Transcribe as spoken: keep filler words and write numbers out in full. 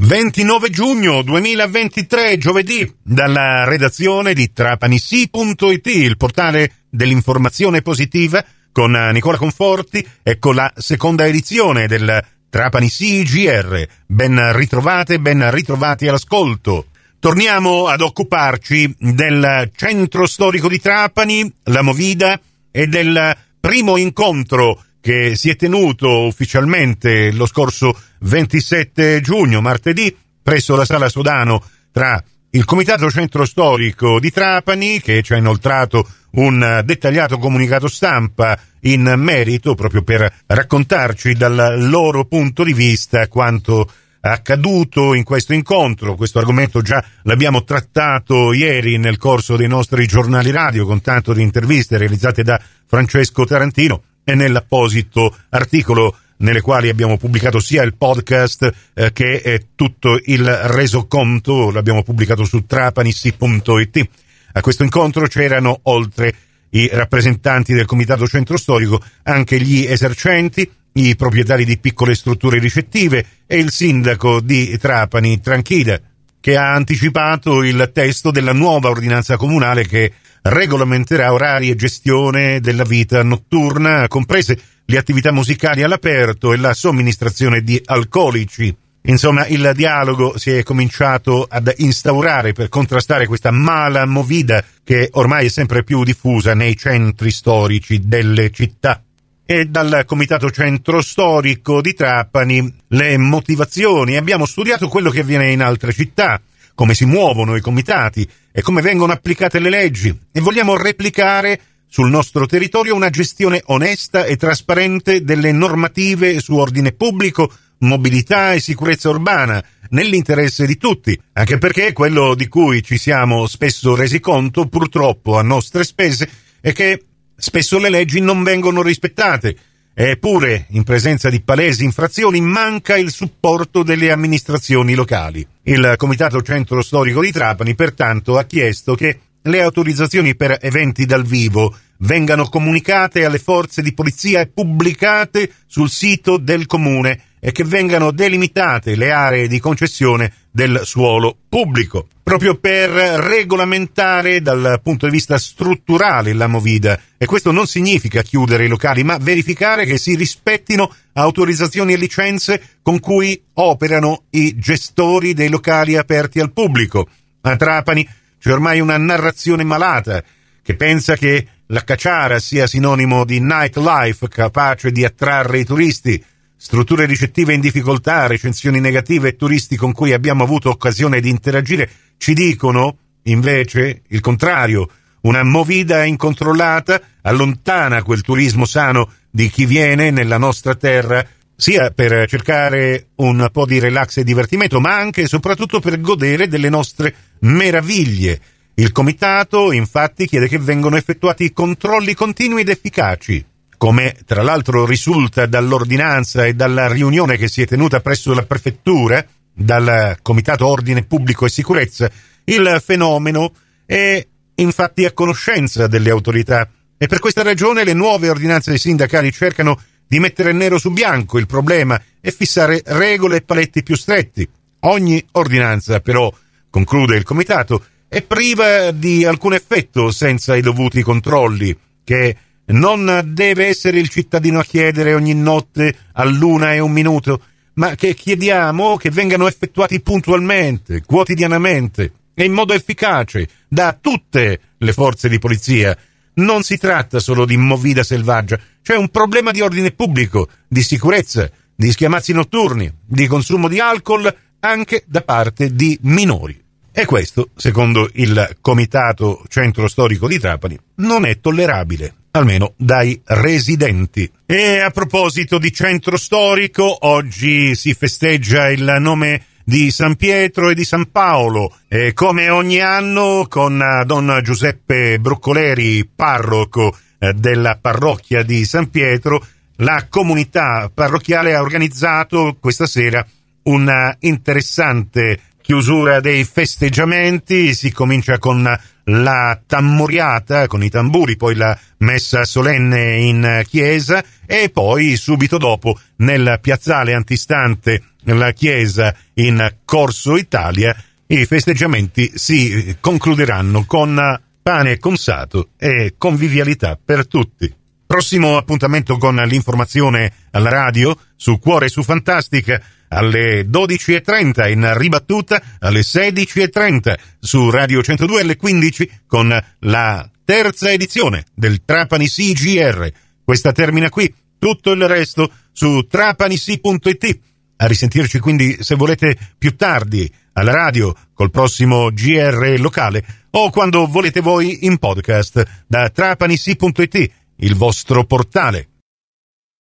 ventinove giugno duemilaventitré, giovedì, dalla redazione di Trapanisi punto it, il portale dell'informazione positiva, con Nicola Conforti e con la seconda edizione del Trapanisi G R. Ben ritrovate, ben ritrovati all'ascolto. Torniamo ad occuparci del centro storico di Trapani, la Movida, e del primo incontro che si è tenuto ufficialmente lo scorso ventisette giugno, martedì, presso la Sala Sodano, tra il Comitato Centro Storico di Trapani, che ci ha inoltrato un dettagliato comunicato stampa in merito, proprio per raccontarci dal loro punto di vista quanto accaduto in questo incontro. Questo argomento già l'abbiamo trattato ieri nel corso dei nostri giornali radio, con tanto di interviste realizzate da Francesco Tarantino e nell'apposito articolo nelle quali abbiamo pubblicato sia il podcast eh, che eh, tutto il resoconto. L'abbiamo pubblicato su Trapanisi punto it. A questo incontro c'erano, oltre i rappresentanti del Comitato Centro Storico, anche gli esercenti, i proprietari di piccole strutture ricettive e il sindaco di Trapani, Tranchida, che ha anticipato il testo della nuova ordinanza comunale che regolamenterà orari e gestione della vita notturna, comprese le attività musicali all'aperto e la somministrazione di alcolici. Insomma, il dialogo si è cominciato ad instaurare per contrastare questa mala movida che ormai è sempre più diffusa nei centri storici delle città. E dal Comitato Centro Storico di Trapani le motivazioni. Abbiamo studiato quello che avviene in altre città, come si muovono i comitati e come vengono applicate le leggi, e vogliamo replicare sul nostro territorio una gestione onesta e trasparente delle normative su ordine pubblico, mobilità e sicurezza urbana, nell'interesse di tutti, anche perché quello di cui ci siamo spesso resi conto, purtroppo a nostre spese, è che spesso le leggi non vengono rispettate, eppure, in presenza di palesi infrazioni, manca il supporto delle amministrazioni locali. Il Comitato Centro Storico di Trapani, pertanto, ha chiesto che le autorizzazioni per eventi dal vivo vengano comunicate alle forze di polizia e pubblicate sul sito del comune e che vengano delimitate le aree di concessione del suolo pubblico, proprio per regolamentare dal punto di vista strutturale la movida. E questo non significa chiudere i locali, ma verificare che si rispettino autorizzazioni e licenze con cui operano i gestori dei locali aperti al pubblico. A Trapani c'è ormai una narrazione malata che pensa che la Caciara sia sinonimo di nightlife capace di attrarre i turisti. Strutture ricettive in difficoltà, recensioni negative e turisti con cui abbiamo avuto occasione di interagire ci dicono, invece, il contrario. Una movida incontrollata allontana quel turismo sano di chi viene nella nostra terra, sia per cercare un po' di relax e divertimento, ma anche e soprattutto per godere delle nostre meraviglie. Il Comitato, infatti, chiede che vengano effettuati controlli continui ed efficaci. Come tra l'altro risulta dall'ordinanza e dalla riunione che si è tenuta presso la prefettura, dal Comitato Ordine Pubblico e Sicurezza, il fenomeno è infatti a conoscenza delle autorità e per questa ragione le nuove ordinanze sindacali cercano di mettere nero su bianco il problema e fissare regole e paletti più stretti. Ogni ordinanza, però, conclude il Comitato, è priva di alcun effetto senza i dovuti controlli, che non deve essere il cittadino a chiedere ogni notte all'una e un minuto, ma che chiediamo che vengano effettuati puntualmente, quotidianamente e in modo efficace da tutte le forze di polizia. Non si tratta solo di movida selvaggia, c'è un problema di ordine pubblico, di sicurezza, di schiamazzi notturni, di consumo di alcol anche da parte di minori. E questo, secondo il Comitato Centro Storico di Trapani, non è tollerabile, almeno dai residenti. E a proposito di centro storico, oggi si festeggia il nome di San Pietro e di San Paolo, e come ogni anno con Don Giuseppe Broccoleri, parroco della parrocchia di San Pietro, la comunità parrocchiale ha organizzato questa sera una interessante chiusura dei festeggiamenti. Si comincia con la tammuriata con i tamburi, poi la messa solenne in chiesa e poi subito dopo nel piazzale antistante la chiesa in Corso Italia i festeggiamenti si concluderanno con pane consato e convivialità per tutti. Prossimo appuntamento con l'informazione alla radio su Cuore e su Fantastica alle dodici e trenta, in ribattuta alle sedici e trenta su Radio centodue, alle quindici con la terza edizione del Trapani C G R. Questa termina qui, tutto il resto su trapanisi punto it. A risentirci quindi se volete più tardi alla radio col prossimo G R locale o quando volete voi in podcast da trapanisi punto it, il vostro portale.